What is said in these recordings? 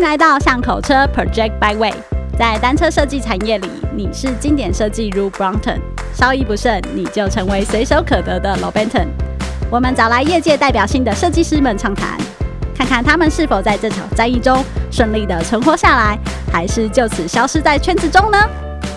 来到巷口车 Project Byway。在单车设计产业里，你是经典设计如 Brompton， 稍一不慎，你就成为随手可得的 Lobenton。我们找来业界代表性的设计师们畅谈，看看他们是否在这场战役中顺利的存活下来，还是就此消失在圈子中呢？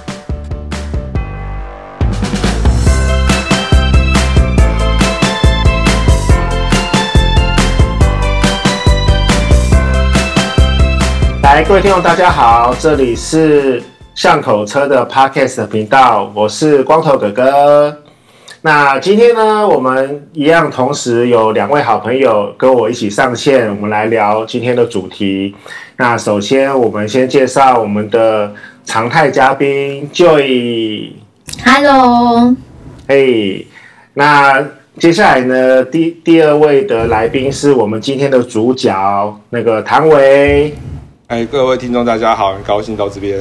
来，各位听众大家好，这里是巷口车的 Podcast 频道，我是光头哥哥。那今天呢，我们一样同时有两位好朋友跟我一起上线，我们来聊今天的主题。那首先我们先介绍我们的常态嘉宾 Joy。Hello。 嘿，那接下来呢，第二位的来宾是我们今天的主角，那个唐维。 各位听众大家好，很高兴到这边。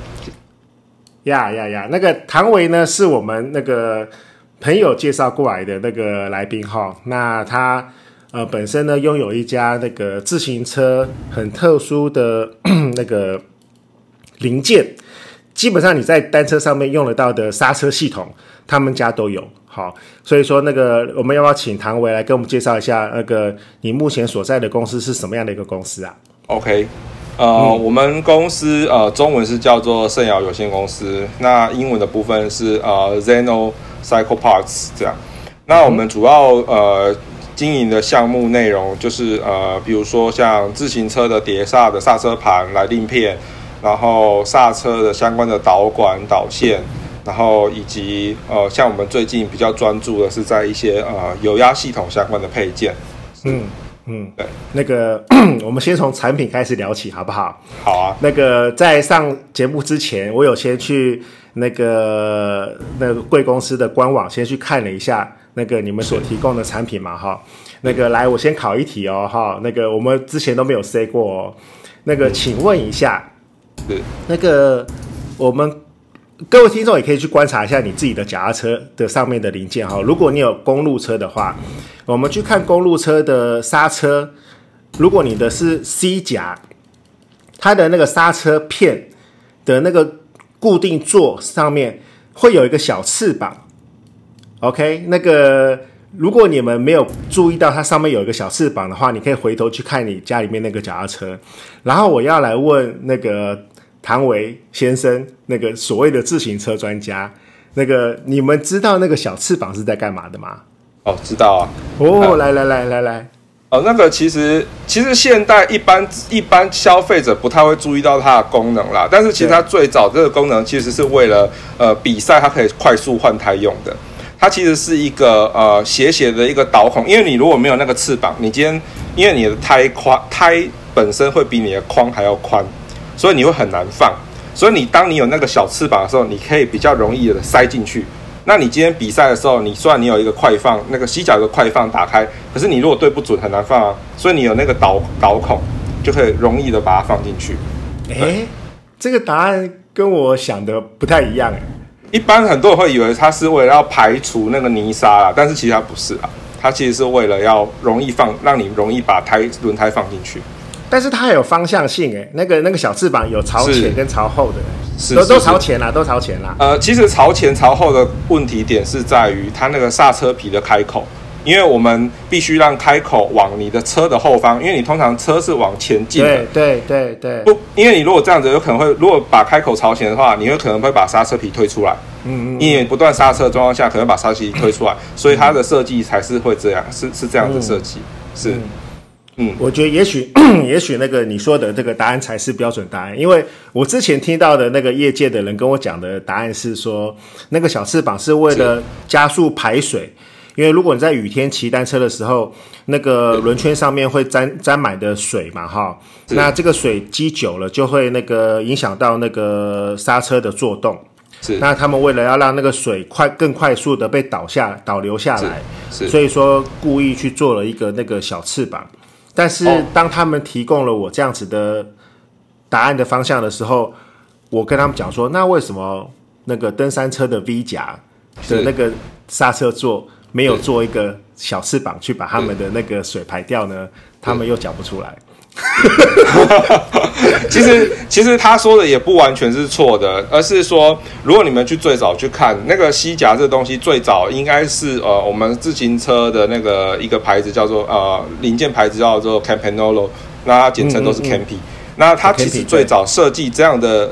那个唐维呢，是我们那个朋友介绍过来的那个来宾哈。那他本身呢拥有一家那个自行车很特殊的那个零件，基本上你在单车上面用得到的刹车系统，他们家都有。好，所以说那个我们要不要请唐维来跟我们介绍一下那个你目前所在的公司是什么样的一个公司啊 ？OK。我们公司中文是叫做盛瑶有限公司，那英文的部分是Zeno Cycle Parts 这样。那我们主要经营的项目内容就是比如说像自行车的碟刹的刹车盘来鳞片，然后刹车的相关的导管导线，然后以及像我们最近比较专注的是在一些油压系统相关的配件。 对，那个我们先从产品开始聊起，好不好？ 好啊。 那个在上节目之前，我有先去那个贵公司的官网先去看了一下那个你们所提供的产品嘛，哈。那个来，我先考一题哦，哈。那个我们之前都没有 say 过哦。那个，请问一下，那个我们各位听众也可以去观察一下你自己的脚踏车的上面的零件哈。如果你有公路车的话，我们去看公路车的刹车，如果你的是 C 夹，它的那个刹车片的那个固定座上面会有一个小翅膀 ，OK？ 那个如果你们没有注意到它上面有一个小翅膀的话，你可以回头去看你家里面那个脚踏车。然后我要来问那个唐维先生，那个所谓的自行车专家，那个你们知道那个小翅膀是在干嘛的吗？ 知道啊。 来。 那个其实现代一般消费者不太会注意到它的功能啦，但是其实它最早这个功能其实是为了比赛它可以快速换胎用的。它其实是一个斜的一个导孔，因为你如果没有那个翅膀，你今天因为你的胎本身会比你的框还要宽，所以你会很难放。所以当你有那个小翅膀的时候，你可以比较容易的塞进去。那你今天比赛的时候，你虽然你有一个快放，那个膝角有个快放打开，可是你如果对不准很难放啊，所以你有那个导孔，就可以容易的把它放进去。 这个答案跟我想的不太一样一般很多人会以为它是为了要排除那个泥沙啦，但是其实它不是啊，它其实是为了要容易放，让你容易把轮胎放进去。 但是它有方向性那个小翅膀有朝前跟朝后的。都朝前啦，都朝前啦。 其实朝前朝后的问题点是在于它那个刹车皮的开口，因为我们必须让开口往你的车的后方，因为你通常车是往前进的。 对。 不，因为你如果这样子，有可能会，如果把开口朝前的话，你有可能会把刹车皮推出来。因为不断刹车的状况下，可能把刹车皮推出来，所以它的设计才是会这样，是这样的设计，是。 我觉得也许那个你说的这个答案才是标准答案，因为我之前听到的那个业界的人跟我讲的答案是说，那个小翅膀是为了加速排水，因为如果你在雨天骑单车的时候，那个轮圈上面会沾满的水嘛，哈，那这个水积久了就会那个影响到那个刹车的作动。那他们为了要让那个水更快速的被导流下来，所以说故意去做了一个那个小翅膀。但是当他们提供了我这样子的答案的方向的时候，我跟他们讲说，那为什么那个登山车的 V 夹的那个刹车座没有做一个小翅膀去把他们的那个水排掉呢？他们又讲不出来。 其实他说的也不完全是错的，而是说，如果你们去最早去看那个西夹这个东西，最早应该是我们自行车的那个一个牌子叫做零件牌子叫做 Campanolo， 那它简称都是 Campy。那它其实最早设计这样的，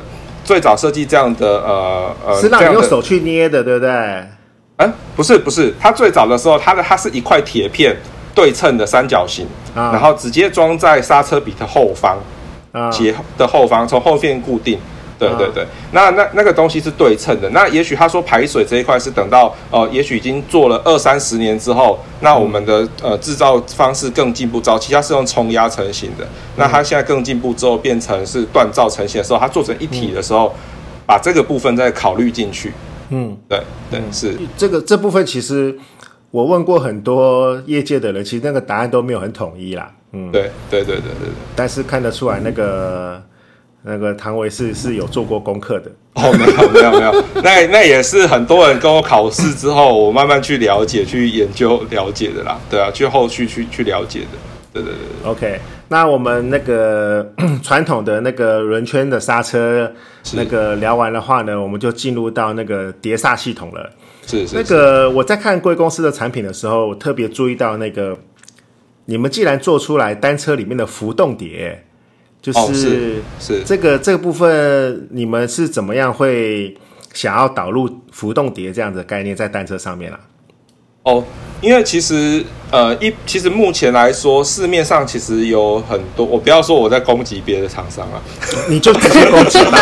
是让你用手去捏的，对不对？ 不是，它最早的时候，它是一块铁片对称的三角形，然后直接装在刹车笔的后方，斜的后方，从后面固定。对，那个东西是对称的。那也许他说排水这一块是等到也许已经做了20-30年之后，那我们的制造方式更进步，早期它是用冲压成型的，那它现在更进步之后变成是锻造成型的时候，它做成一体的时候，把这个部分再考虑进去。对，是这部分其实我问过很多业界的人，其实那个答案都没有很统一啦。 对。 但是看得出来那个唐维是有做过功课的。 没有，那也是很多人跟我考试之后，我慢慢去了解、去研究、了解的啦。对啊，去后续去了解的。对。 OK， 那我们那个传统的那个轮圈的刹车那个聊完的话呢，我们就进入到那个碟刹系统了。 是那个我在看贵公司的产品的时候，我特别注意到那个你们既然做出来单车里面的浮动碟。就是这个部分，你们是怎么样会想要导入浮动碟这样的概念在单车上面啊？ 因为其实目前来说，市面上其实有很多，我不要说我在攻击别的厂商啊， 你就直接攻击吧，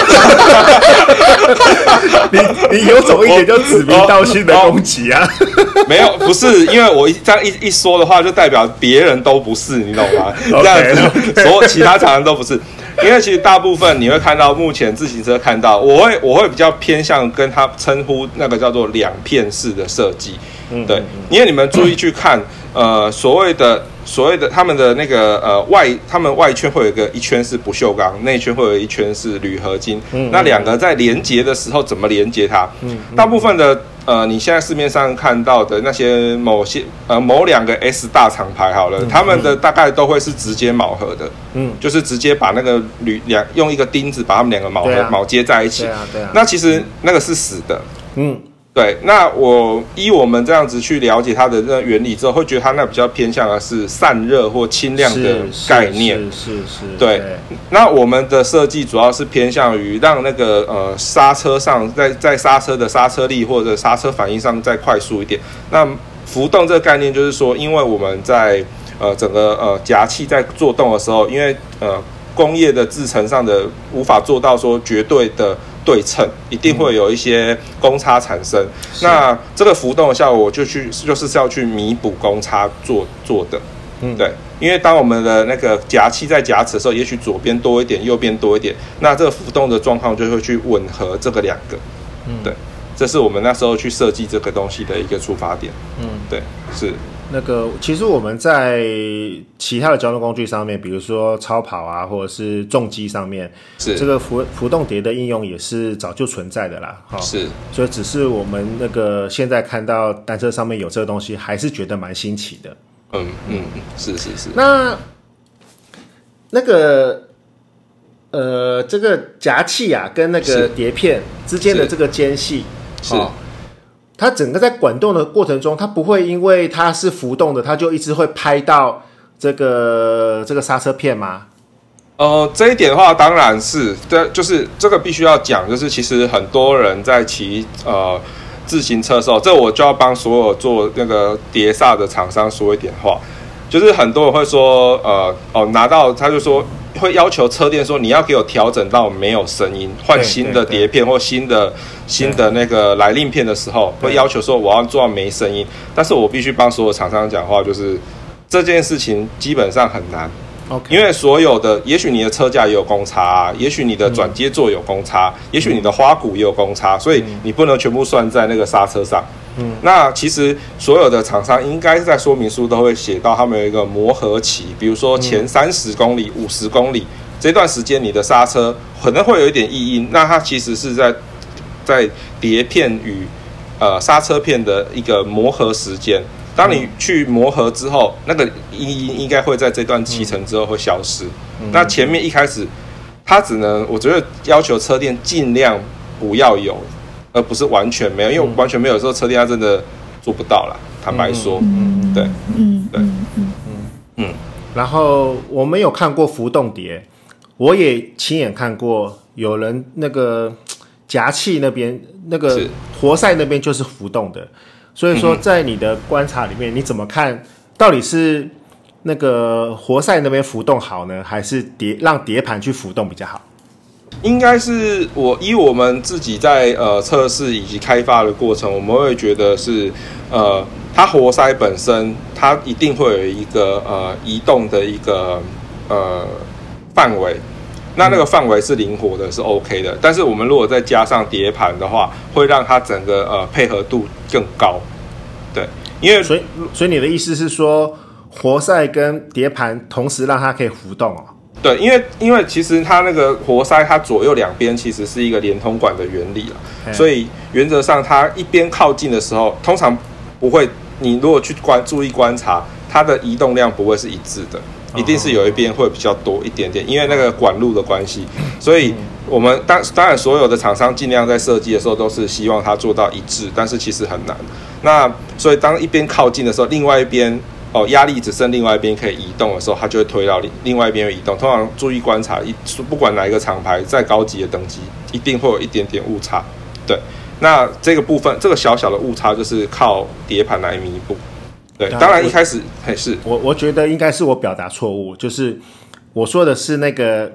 你有种一点就指名道姓的攻击啊！ 没有，不是，因为我这样一说的话，就代表别人都不是，你懂吗？这样子，所有其他厂商都不是。因为其实大部分你会看到，目前自行车看到，我会比较偏向跟他称呼那个叫做两片式的设计。对，因为你们注意去看，所谓的他们的那个他们外圈会有一圈是不锈钢，内圈会有一圈是铝合金。那两个在连接的时候怎么连接它？大部分的你现在市面上看到的那些某两个 S 大厂牌好了，他们的大概都会是直接铆合的，就是直接把那个用一个钉子把它们两个铆接在一起。 对啊。 那其实那个是死的。对，那我们这样子去了解它的那原理之后，会觉得它那比较偏向的是散热或轻量的概念。 是。 对，那我们的设计主要是偏向于让那个刹车上在刹车的刹车力或者刹车反应上再快速一点。那浮动这个概念就是说，因为我们在整个夹器在做动的时候，因为工业的制程上的无法做到说绝对的对称，一定会有一些公差产生。那这个浮动的效果就是要去弥补公差做的。对，因为当我们的那个夹器在夹齿的时候，也许左边多一点，右边多一点，那这个浮动的状况就会去吻合这个两个。对，这是我们那时候去设计这个东西的一个出发点。对，是。 那个其实我们在其他的交通工具上面，比如说超跑啊，或者是重机上面，这个浮动碟的应用也是早就存在的啦。 是， 所以只是我们那个现在看到单车上面有这个东西，还是觉得蛮新奇的。 是。 那个这个夹器啊，跟那个碟片之间的这个间隙是。 它整个在滚动的过程中，它不会因为它是浮动的，它就一直会拍到这个刹车片吗？ 这一点的话，当然是，对，就是这个必须要讲，就是其实很多人在骑自行车的时候，这我就要帮所有做那个碟刹的厂商说一点话，就是很多人会说，拿到他就说。会要求车店说你要给我调整到没有声音，换新的碟片或新的那个来令片的时候，会要求说我要做到没声音。但是我必须帮所有厂商讲话，就是这件事情基本上很难。因为所有的，也许你的车架也有公差，也许你的转接座有公差，也许你的花鼓也有公差，所以你不能全部算在那个刹车上。那其实所有的厂商应该在说明书都会写到，他们有一个磨合期，比如说前30公里、50公里这段时间，你的刹车可能会有一点异音，那它其实是在碟片与刹车片的一个磨合时间。 当你去磨合之后，那个阴影应该会在这段骑乘之后会消失。那前面一开始，它只能我觉得要求车店尽量不要有，而不是完全没有，因为完全没有的时候，车店它真的做不到啦。坦白说，对， 然后我们有看过浮动碟，我也亲眼看过有人那个夹气那边那个活塞那边就是浮动的，所以说在你的观察里面，你怎么看？到底是那个活塞那边浮动好呢，还是让碟盘去浮动比较好？ 应该是以我们自己在测试以及开发的过程，我们会觉得是它活塞本身它一定会有一个移动的一个范围，那个范围是灵活的，是 OK 的。但是我们如果再加上碟盘的话，会让它整个配合度更高。对，因为所以你的意思是说，活塞跟碟盘同时让它可以浮动哦？ 对，因为其实它那个活塞，它左右两边其实是一个连通管的原理啦，所以原则上它一边靠近的时候，通常不会。你如果去注意观察，它的移动量不会是一致的，一定是有一边会比较多一点点，因为那个管路的关系。所以我们当然所有的厂商尽量在设计的时候都是希望它做到一致，但是其实很难。那所以当一边靠近的时候，另外一边压力只剩另外一边可以移动的时候，它就会推到另外一边移动。通常注意观察，不管哪一个厂牌，再高级的等级，一定会有一点点误差。对，那这个部分，这个小小的误差就是靠碟盘来弥补。对，当然一开始是我觉得应该是我表达错误，就是我说的是那个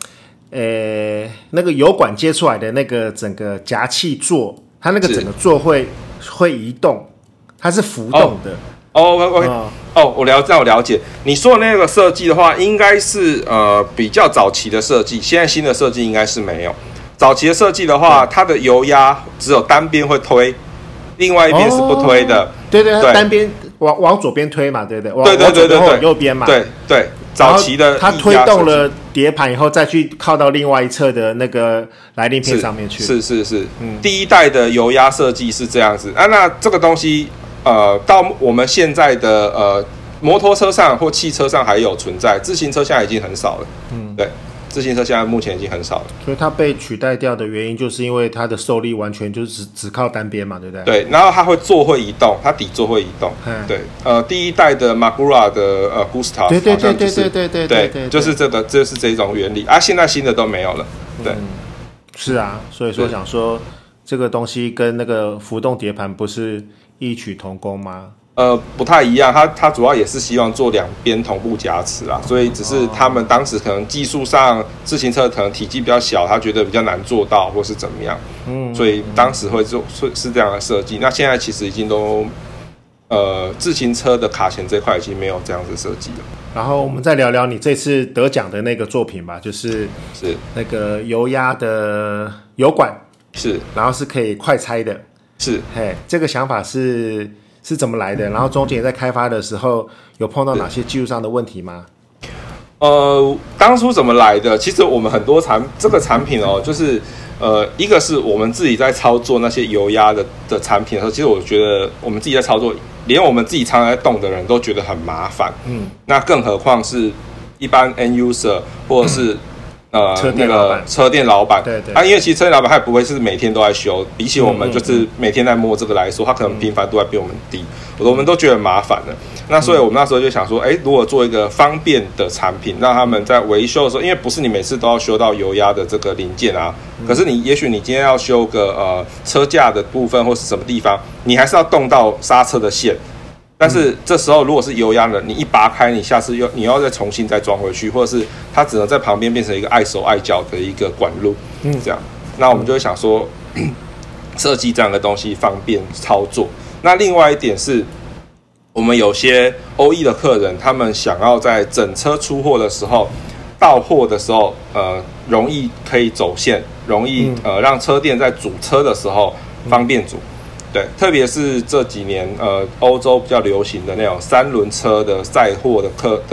油管接出来的那个整个夹气座，它那个整个座会移动，它是浮动的。 OK， 我了解。你说的那个设计的话，应该是比较早期的设计，现在新的设计应该是没有。早期的设计的话，它的油压只有单边会推，另外一边是不推的。 对，它单边往左边推嘛，对不对？ 对， 往右边嘛。 对，早期的它推动了碟盘以后，再去靠到另外一侧的那个来令片上面去。 是，第一代的油压设计是这样子啊。那这个东西到我们现在的摩托车上或汽车上还有存在，自行车现在已经很少了。对。自行车现在目前已经很少了， 所以它被取代掉的原因，就是因为它的受力完全就是只靠单边嘛，对不对？ 对，然后它会移动，它底座会移动。对，第一代的 Magura 的Gustav， 对，就是就是这种原理啊。现在新的都没有了。对， 是啊，所以说想说这个东西跟那个浮动碟盘不是异曲同工吗？ 不太一样，它主要也是希望做两边同步夹持啦，所以只是他们当时可能技术上自行车可能体积比较小，他觉得比较难做到，或是怎么样，所以当时会做是这样的设计。那现在其实已经都自行车的卡钳这块已经没有这样子设计了。 然后我们再聊聊你这次得奖的那个作品吧，就是那个油压的油管， 是， 然后是可以快拆的， 是， 这个想法是怎么来的？然后中间在开发的时候有碰到哪些技术上的问题吗？ 当初怎么来的？其实我们很多这个产品就是一个是我们自己在操作那些油压的产品的时候，其实我觉得我们自己在操作，连我们自己常常在动的人都觉得很麻烦。那更何况是一般 end user 或者是车店老板， 对， 因为其实车店老板他也不会是每天都在修，比起我们就是每天在摸这个来说，他可能频繁度还比我们低，我们都觉得很麻烦了。那所以我们那时候就想说，如果做一个方便的产品，让他们在维修的时候，因为不是你每次都要修到油压的这个零件啊，可是也许你今天要修个车架的部分或是什么地方，你还是要动到刹车的线。但是这时候如果是油压的，你一拔开，你下次你要再重新再装回去，或者是它只能在旁边变成一个碍手碍脚的一个管路，这样。那我们就会想说，设计这样的东西方便操作。那另外一点是，我们有些 OE 的客人，他们想要在整车出货的时候，到货的时候，容易可以走线，容易让车店在组车的时候方便组。对，特别是这几年欧洲比较流行的那种3轮车的载货的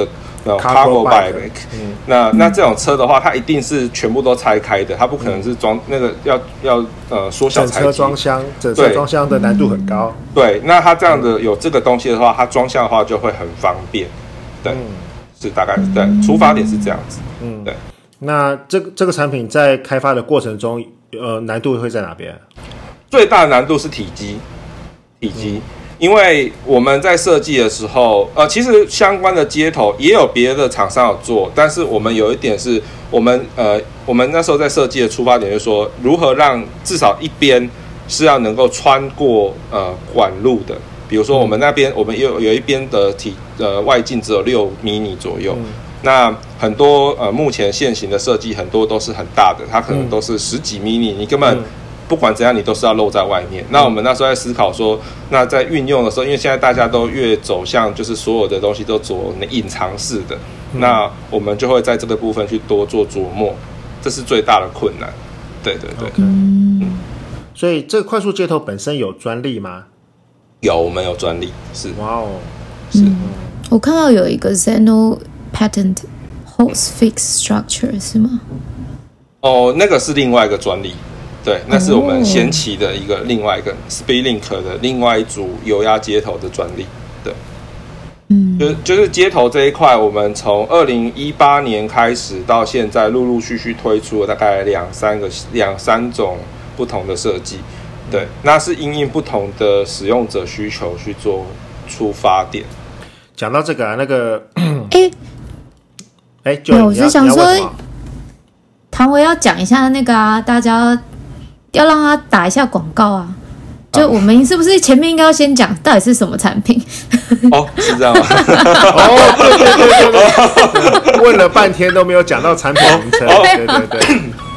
cargo bike，那这种车的话，它一定是全部都拆开的，它不可能是装那个要缩小拆机。 整车装箱的难度很高。 对，那它这样的有这个东西的话，它装箱的话就会很方便。对，是大概对，出发点是这样子。对。 那这个产品在开发的过程中，难度会在哪边？ 最大的难度是体积。因为我们在设计的时候，其实相关的接头也有别的厂商有做，但是我们有一点是我们那时候在设计的出发点就是说，如何让至少一边是要能够穿过管路的。比如说我们那边我们有一边的外径只有6迷你左右，那很多目前现行的设计很多都是很大的，它可能都是10几迷你，你根本不管怎样，你都是要露在外面。那我们那时候在思考说，那在运用的时候，因为现在大家都越走向就是所有的东西都做隐藏式的，那我们就会在这个部分去多做琢磨，这是最大的困难。对。 所以这个快速接头本身有专利吗？ 有，我们有专利。是。 哇哦。 是。我看到有一个 Zeno Patent Hose Fix Structure 是吗？ 那个是另外一个专利。对，那是我们先期的另外一个 Speedlink 的另外一组油压接头的专利。对，就是接头这一块，我们从2018年开始到现在，陆陆续续推出了大概两三种不同的设计。对，那是因应不同的使用者需求去做出发点。 讲到这个那个， 我是想说，唐维要讲一下那个大家要让他打一下广告啊！就我们是不是前面应该要先讲到底是什么产品？ 是这样吗？ 对，问了半天都没有讲到产品名称。对。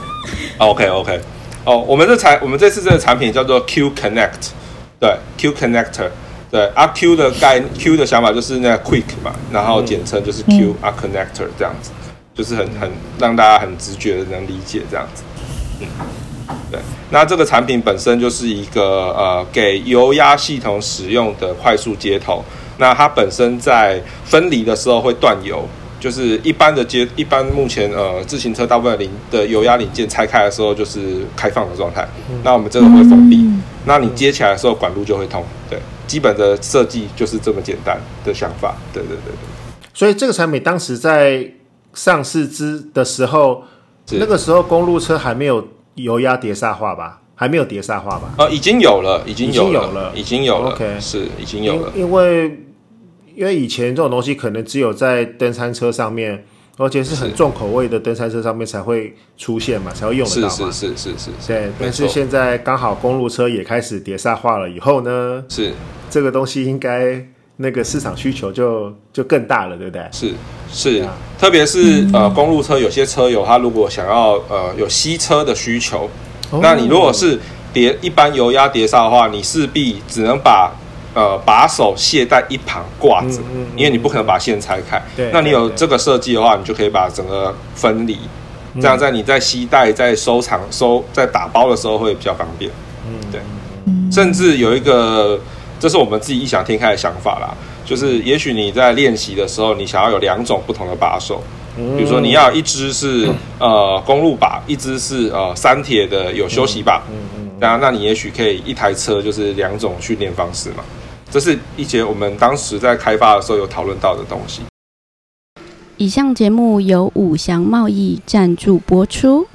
OK。我们这次这个产品叫做 Q Connect， 对 ，Q Connector， 对，Q 的Q 的想法就是那个 Quick 嘛，然后简称就是 Q Connector 这样子，就是很让大家很直觉的能理解这样子。对，那这个产品本身就是一个给油压系统使用的快速接头。那它本身在分离的时候会断油，就是一般目前自行车大部分的油压零件拆开的时候就是开放的状态。那我们这个会封闭，那你接起来的时候管路就会通。对，基本的设计就是这么简单的想法。对。 所以这个产品当时在上市的时候，那个时候公路车还没有油压碟刹化吧？还没有碟刹化吧？ 已经有了。 OK， 是已经有了。 因为以前这种东西可能只有在登山车上面，而且是很重口味的登山车上面才会出现嘛，才会用得到嘛。 是。 对，但是现在刚好公路车也开始碟刹化了以后呢， 是这个东西应该那个市场需求就更大了，对不对？ 是，特别是公路车，有些车友他如果想要有吸车的需求，那你如果是一般油压碟刹的话，你势必只能把把手卸在一旁挂着，因为你不可能把线拆开。那你有这个设计的话，你就可以把整个分离，这样你在携带、在在打包的时候会比较方便。对，甚至有一个，这是我们自己异想天开的想法啦，就是也许你在练习的时候，你想要有2种不同的把手，比如说你要一只是公路把，一只是山铁的有休息把，那你也许可以一台车就是2种训练方式嘛。这是一些我们当时在开发的时候有讨论到的东西。 以上节目由五祥贸易赞助播出。